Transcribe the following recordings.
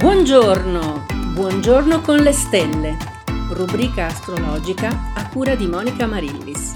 Buongiorno, buongiorno con le stelle, rubrica astrologica a cura di Monica Marillis.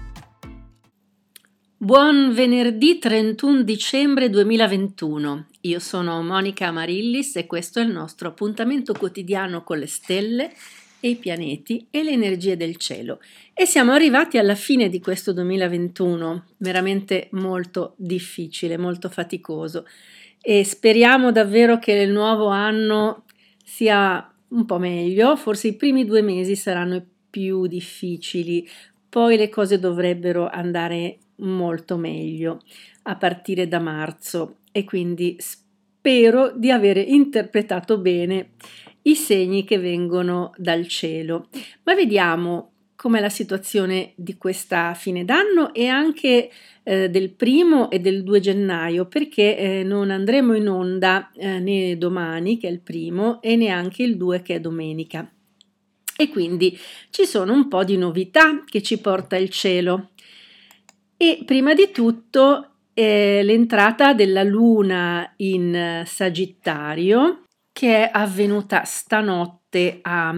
Buon venerdì 31 dicembre 2021, io sono Monica Marillis e questo è il nostro appuntamento quotidiano con le stelle e i pianeti e le energie del cielo. E siamo arrivati alla fine di questo 2021, veramente molto difficile, molto faticoso. E speriamo davvero che il nuovo anno sia un po' meglio, forse i primi 2 mesi saranno i più difficili, poi le cose dovrebbero andare molto meglio a partire da marzo e quindi spero di avere interpretato bene i segni che vengono dal cielo. Ma vediamo com'è la situazione di questa fine d'anno e anche del 1° e del 2 gennaio, perché non andremo in onda né domani, che è il 1° e neanche il 2, che è domenica. E quindi ci sono un po' di novità che ci porta il cielo. E prima di tutto l'entrata della Luna in Sagittario, che è avvenuta stanotte a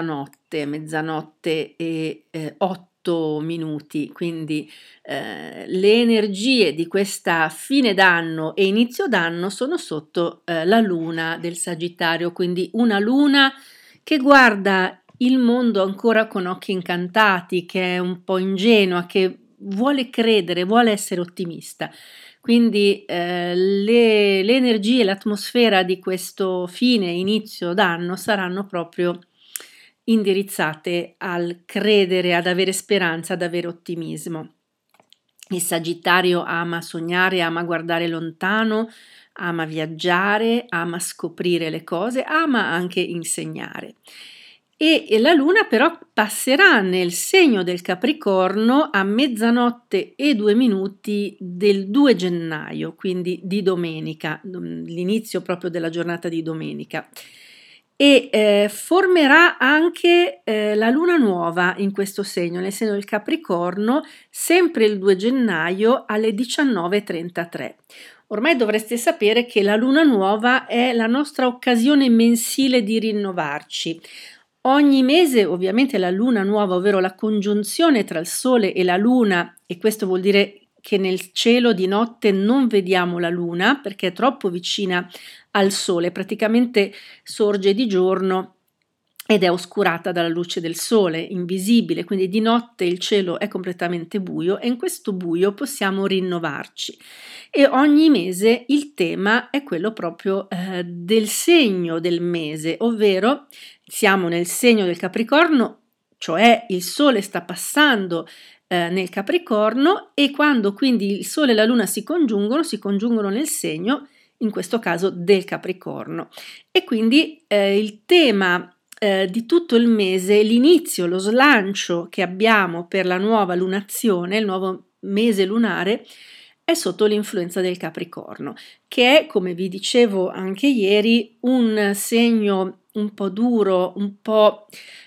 mezzanotte e 8 minuti, quindi le energie di questa fine d'anno e inizio d'anno sono sotto la Luna del Sagittario, quindi una Luna che guarda il mondo ancora con occhi incantati, che è un po' ingenua, che vuole credere, vuole essere ottimista. Quindi le energie, l'atmosfera di questo inizio d'anno saranno proprio indirizzate al credere, ad avere speranza, ad avere ottimismo. Il Sagittario ama sognare, ama guardare lontano, ama viaggiare, ama scoprire le cose, ama anche insegnare. E la Luna però passerà nel segno del Capricorno a mezzanotte e 2 minuti del 2 gennaio, quindi di domenica, l'inizio proprio della giornata di domenica. E formerà anche la Luna nuova in questo segno, nel segno del Capricorno, sempre il 2 gennaio alle 19:33. Ormai dovreste sapere che la Luna nuova è la nostra occasione mensile di rinnovarci. Ogni mese ovviamente la luna nuova, ovvero la congiunzione tra il Sole e la Luna, e questo vuol dire che nel cielo di notte non vediamo la Luna perché è troppo vicina al Sole, praticamente sorge di giorno ed è oscurata dalla luce del Sole, invisibile, quindi di notte il cielo è completamente buio e in questo buio possiamo rinnovarci. E ogni mese il tema è quello proprio del segno del mese, ovvero siamo nel segno del Capricorno, cioè il Sole sta passando nel Capricorno e quando quindi il Sole e la Luna si congiungono nel segno, in questo caso del Capricorno. E quindi il tema di tutto il mese, l'inizio, lo slancio che abbiamo per la nuova lunazione, il nuovo mese lunare, è sotto l'influenza del Capricorno, che è, come vi dicevo anche ieri, un segno un po' duro, un po'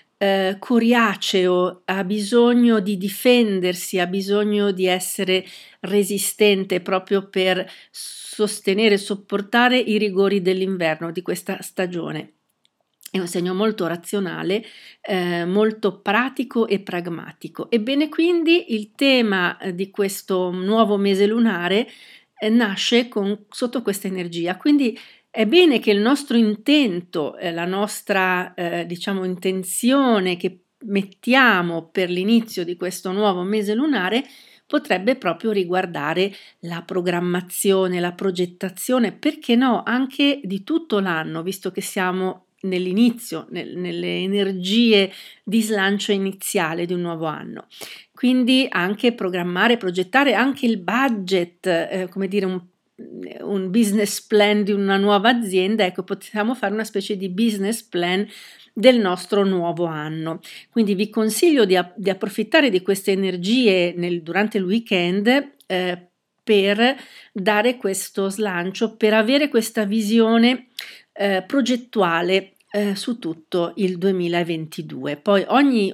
coriaceo, ha bisogno di difendersi, ha bisogno di essere resistente proprio per sostenere e sopportare i rigori dell'inverno di questa stagione. È un segno molto razionale, molto pratico e pragmatico. Ebbene, quindi il tema di questo nuovo mese lunare nasce sotto questa energia. Quindi è bene che il nostro intento, la nostra intenzione che mettiamo per l'inizio di questo nuovo mese lunare potrebbe proprio riguardare la programmazione, la progettazione, perché no, anche di tutto l'anno, visto che siamo nell'inizio, nelle energie di slancio iniziale di un nuovo anno. Quindi anche programmare, progettare anche il budget, come dire un business plan di una nuova azienda, ecco, possiamo fare una specie di business plan del nostro nuovo anno. Quindi vi consiglio di approfittare di queste energie durante il weekend per dare questo slancio, per avere questa visione progettuale su tutto il 2022. Poi ogni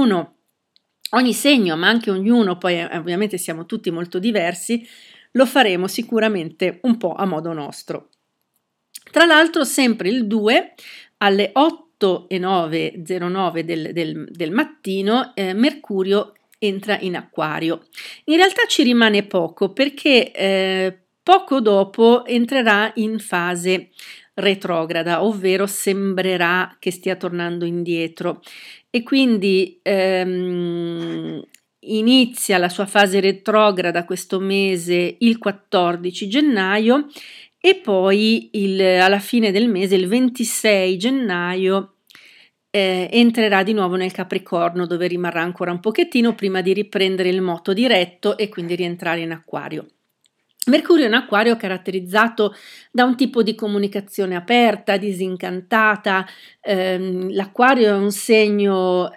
segno, ma anche ognuno, poi ovviamente siamo tutti molto diversi, lo faremo sicuramente un po' a modo nostro. Tra l'altro sempre il 2 alle 8:09 del mattino Mercurio entra in Acquario. In realtà ci rimane poco perché poco dopo entrerà in fase retrograda, ovvero sembrerà che stia tornando indietro e quindi inizia la sua fase retrograda questo mese il 14 gennaio e poi alla fine del mese, il 26 gennaio, entrerà di nuovo nel Capricorno, dove rimarrà ancora un pochettino prima di riprendere il moto diretto e quindi rientrare in Acquario. Mercurio è un acquario caratterizzato da un tipo di comunicazione aperta, disincantata. L'acquario è un segno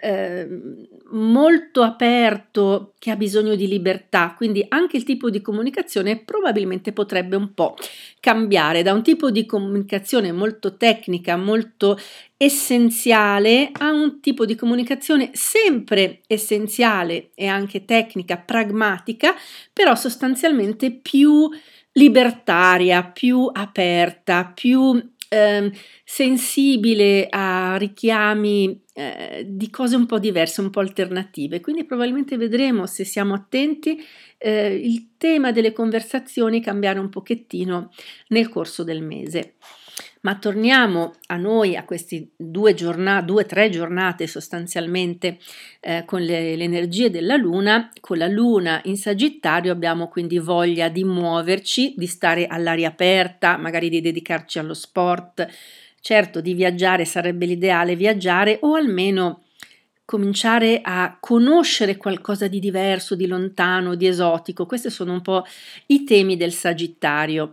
molto aperto che ha bisogno di libertà, quindi anche il tipo di comunicazione probabilmente potrebbe un po' cambiare da un tipo di comunicazione molto tecnica, molto essenziale, a un tipo di comunicazione sempre essenziale e anche tecnica, pragmatica, però sostanzialmente più libertaria, più aperta, più sensibile a richiami di cose un po' diverse, un po' alternative. Quindi probabilmente vedremo, se siamo attenti, il tema delle conversazioni cambiare un pochettino nel corso del mese. Ma torniamo a noi, a questi 2-3 giornate sostanzialmente con le energie della Luna. Con la Luna in Sagittario abbiamo quindi voglia di muoverci, di stare all'aria aperta, magari di dedicarci allo sport. Certo, di viaggiare sarebbe l'ideale viaggiare o almeno cominciare a conoscere qualcosa di diverso, di lontano, di esotico. Questi sono un po' i temi del Sagittario.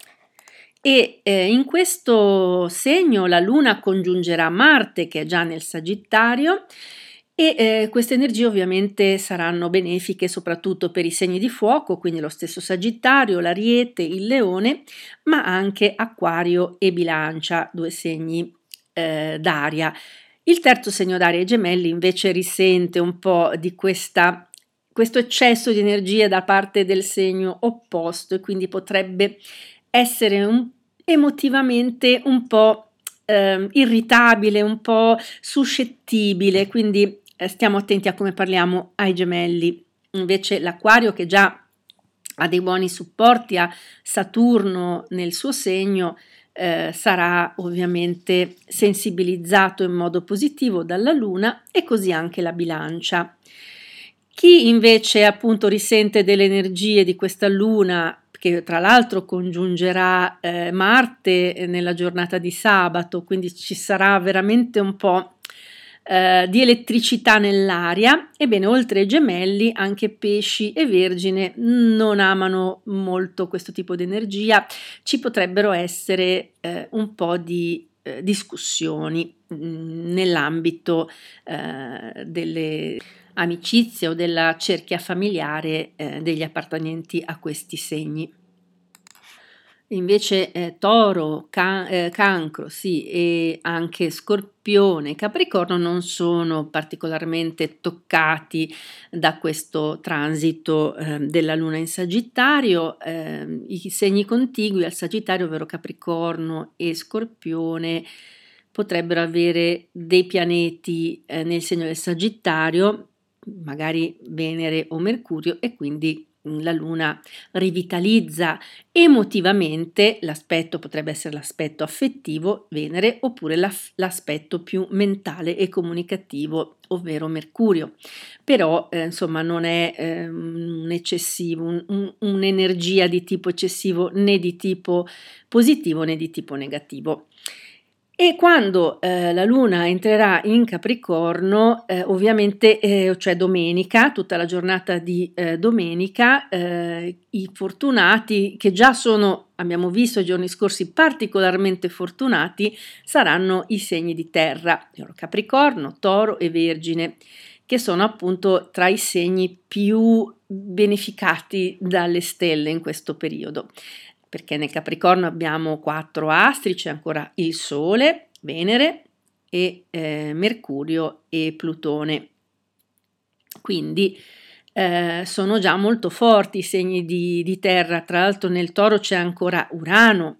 E in questo segno la Luna congiungerà Marte, che è già nel Sagittario, e queste energie ovviamente saranno benefiche soprattutto per i segni di fuoco, quindi lo stesso Sagittario, l'Ariete, il Leone, ma anche Acquario e Bilancia, due segni d'aria. Il terzo segno d'aria, i Gemelli, invece risente un po' di questo eccesso di energia da parte del segno opposto e quindi potrebbe essere emotivamente un po' irritabile, un po' suscettibile, quindi stiamo attenti a come parliamo ai Gemelli. Invece l'Acquario, che già ha dei buoni supporti, ha Saturno nel suo segno, sarà ovviamente sensibilizzato in modo positivo dalla Luna e così anche la Bilancia. Chi invece appunto risente delle energie di questa Luna, che tra l'altro congiungerà Marte nella giornata di sabato, quindi ci sarà veramente un po' di elettricità nell'aria. Ebbene, oltre ai Gemelli, anche Pesci e Vergine non amano molto questo tipo di energia. Ci potrebbero essere un po' di discussioni nell'ambito delle amicizie o della cerchia familiare degli appartenenti a questi segni. Invece Toro, Cancro, sì, e anche Scorpione, Capricorno non sono particolarmente toccati da questo transito della Luna in Sagittario. I segni contigui al Sagittario, ovvero Capricorno e Scorpione, potrebbero avere dei pianeti nel segno del Sagittario, magari Venere o Mercurio, e quindi la Luna rivitalizza emotivamente l'aspetto, potrebbe essere l'aspetto affettivo, Venere, oppure l'aspetto più mentale e comunicativo, ovvero Mercurio. Però insomma non è un eccessivo, un'energia di tipo eccessivo, né di tipo positivo né di tipo negativo. E quando la Luna entrerà in Capricorno, ovviamente, cioè domenica, tutta la giornata di domenica, i fortunati, che già sono, abbiamo visto i giorni scorsi, particolarmente fortunati, saranno i segni di terra, Capricorno, Toro e Vergine, che sono appunto tra i segni più beneficati dalle stelle in questo periodo. Perché nel Capricorno abbiamo 4 astri, c'è ancora il Sole, Venere e Mercurio e Plutone. Quindi sono già molto forti i segni di terra. Tra l'altro nel Toro c'è ancora Urano,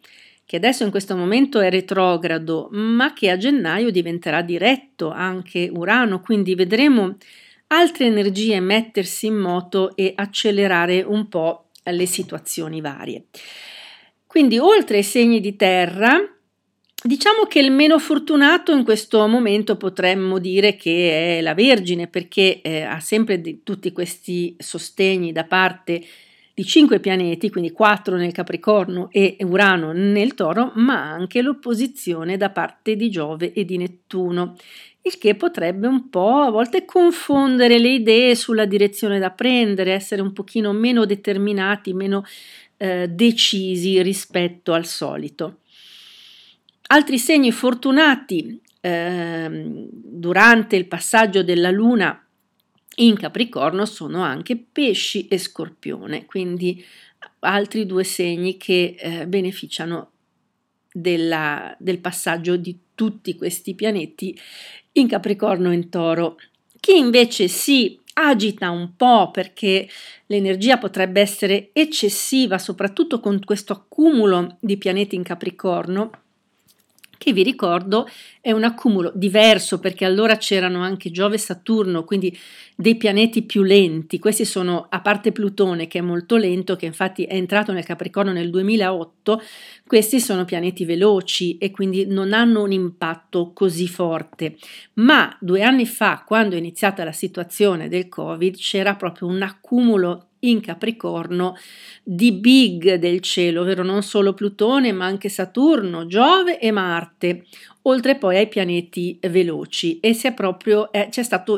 che adesso in questo momento è retrogrado, ma che a gennaio diventerà diretto anche Urano, quindi vedremo altre energie mettersi in moto e accelerare un po' le situazioni varie. Quindi oltre ai segni di terra, diciamo che il meno fortunato in questo momento potremmo dire che è la Vergine, perché ha sempre tutti questi sostegni da parte di 5 pianeti, quindi 4 nel Capricorno e Urano nel Toro, ma anche l'opposizione da parte di Giove e di Nettuno, il che potrebbe un po' a volte confondere le idee sulla direzione da prendere, essere un pochino meno determinati, meno decisi rispetto al solito. Altri segni fortunati durante il passaggio della Luna in Capricorno sono anche Pesci e Scorpione, quindi altri 2 segni che beneficiano del passaggio di tutti questi pianeti in Capricorno e in Toro. Chi invece si agita un po' perché l'energia potrebbe essere eccessiva, soprattutto con questo accumulo di pianeti in Capricorno, che vi ricordo è un accumulo diverso perché allora c'erano anche Giove e Saturno, quindi dei pianeti più lenti. Questi sono, a parte Plutone che è molto lento, che infatti è entrato nel Capricorno nel 2008, questi sono pianeti veloci e quindi non hanno un impatto così forte. Ma 2 anni fa, quando è iniziata la situazione del Covid, c'era proprio un accumulo in Capricorno di big del cielo, ovvero non solo Plutone ma anche Saturno, Giove e Marte, oltre poi ai pianeti veloci, e c'è stato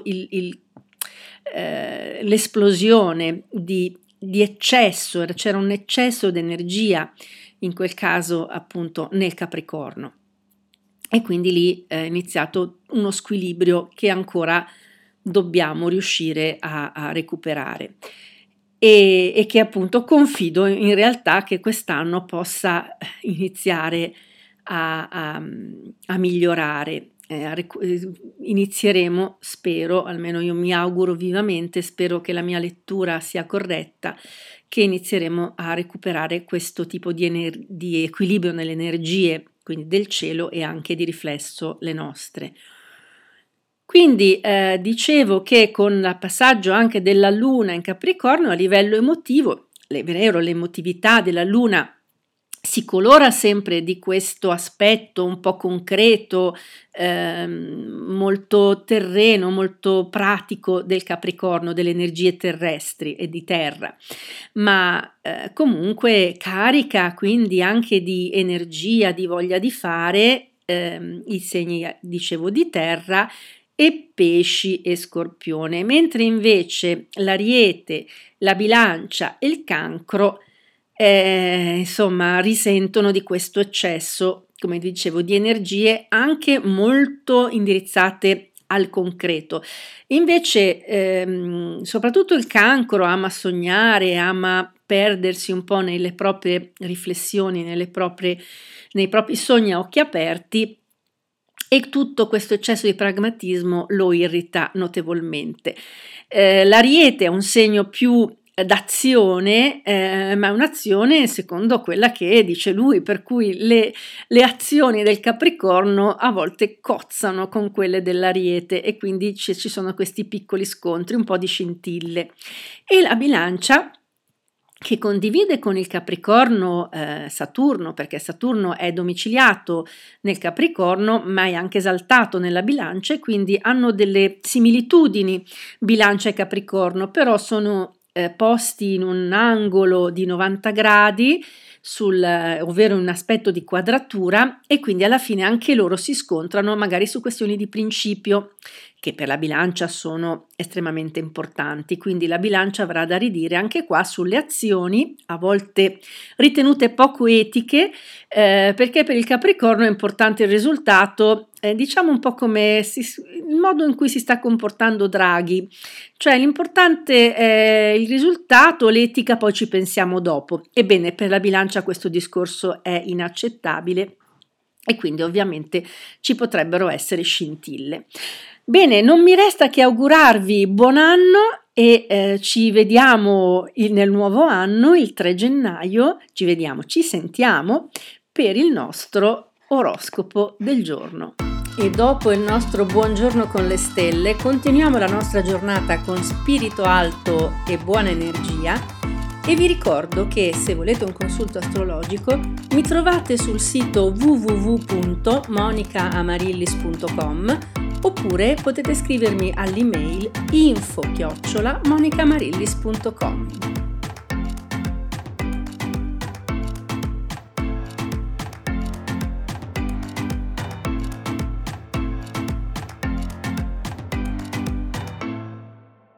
l'esplosione di eccesso, c'era un eccesso di energia in quel caso appunto nel Capricorno, e quindi lì è iniziato uno squilibrio che ancora dobbiamo riuscire a recuperare. E che appunto confido in realtà che quest'anno possa iniziare a migliorare. Inizieremo, spero, almeno io mi auguro vivamente, spero che la mia lettura sia corretta, che inizieremo a recuperare questo tipo di equilibrio nelle energie, quindi del cielo e anche di riflesso le nostre. Quindi dicevo che con il passaggio anche della Luna in Capricorno a livello emotivo, è vero, l'emotività della Luna si colora sempre di questo aspetto un po' concreto, molto terreno, molto pratico del Capricorno, delle energie terrestri e di terra, ma comunque carica quindi anche di energia, di voglia di fare i segni, dicevo, di terra, e Pesci e Scorpione, mentre invece l'Ariete, la Bilancia e il Cancro insomma risentono di questo eccesso, come dicevo, di energie anche molto indirizzate al concreto. Invece soprattutto il Cancro ama sognare, ama perdersi un po' nelle proprie riflessioni, nei propri sogni a occhi aperti, e tutto questo eccesso di pragmatismo lo irrita notevolmente. L'Ariete è un segno più d'azione, ma è un'azione secondo quella che dice lui, per cui le azioni del Capricorno a volte cozzano con quelle dell'Ariete e quindi ci sono questi piccoli scontri, un po' di scintille. E la Bilancia, che condivide con il Capricorno Saturno, perché Saturno è domiciliato nel Capricorno ma è anche esaltato nella Bilancia, e quindi hanno delle similitudini Bilancia e Capricorno, però sono posti in un angolo di 90 gradi, ovvero in un aspetto di quadratura, e quindi alla fine anche loro si scontrano magari su questioni di principio che per la Bilancia sono estremamente importanti. Quindi la Bilancia avrà da ridire anche qua sulle azioni, a volte ritenute poco etiche, perché per il Capricorno è importante il risultato, diciamo un po' come il modo in cui si sta comportando Draghi, cioè l'importante è il risultato, l'etica poi ci pensiamo dopo. Ebbene, per la Bilancia questo discorso è inaccettabile e quindi ovviamente ci potrebbero essere scintille. Bene, non mi resta che augurarvi buon anno e ci vediamo nel nuovo anno, il 3 gennaio, ci sentiamo per il nostro oroscopo del giorno. E dopo il nostro buongiorno con le stelle, continuiamo la nostra giornata con spirito alto e buona energia e vi ricordo che se volete un consulto astrologico mi trovate sul sito www.monicaamarillis.com oppure potete scrivermi all'email info@monicamarillis.com.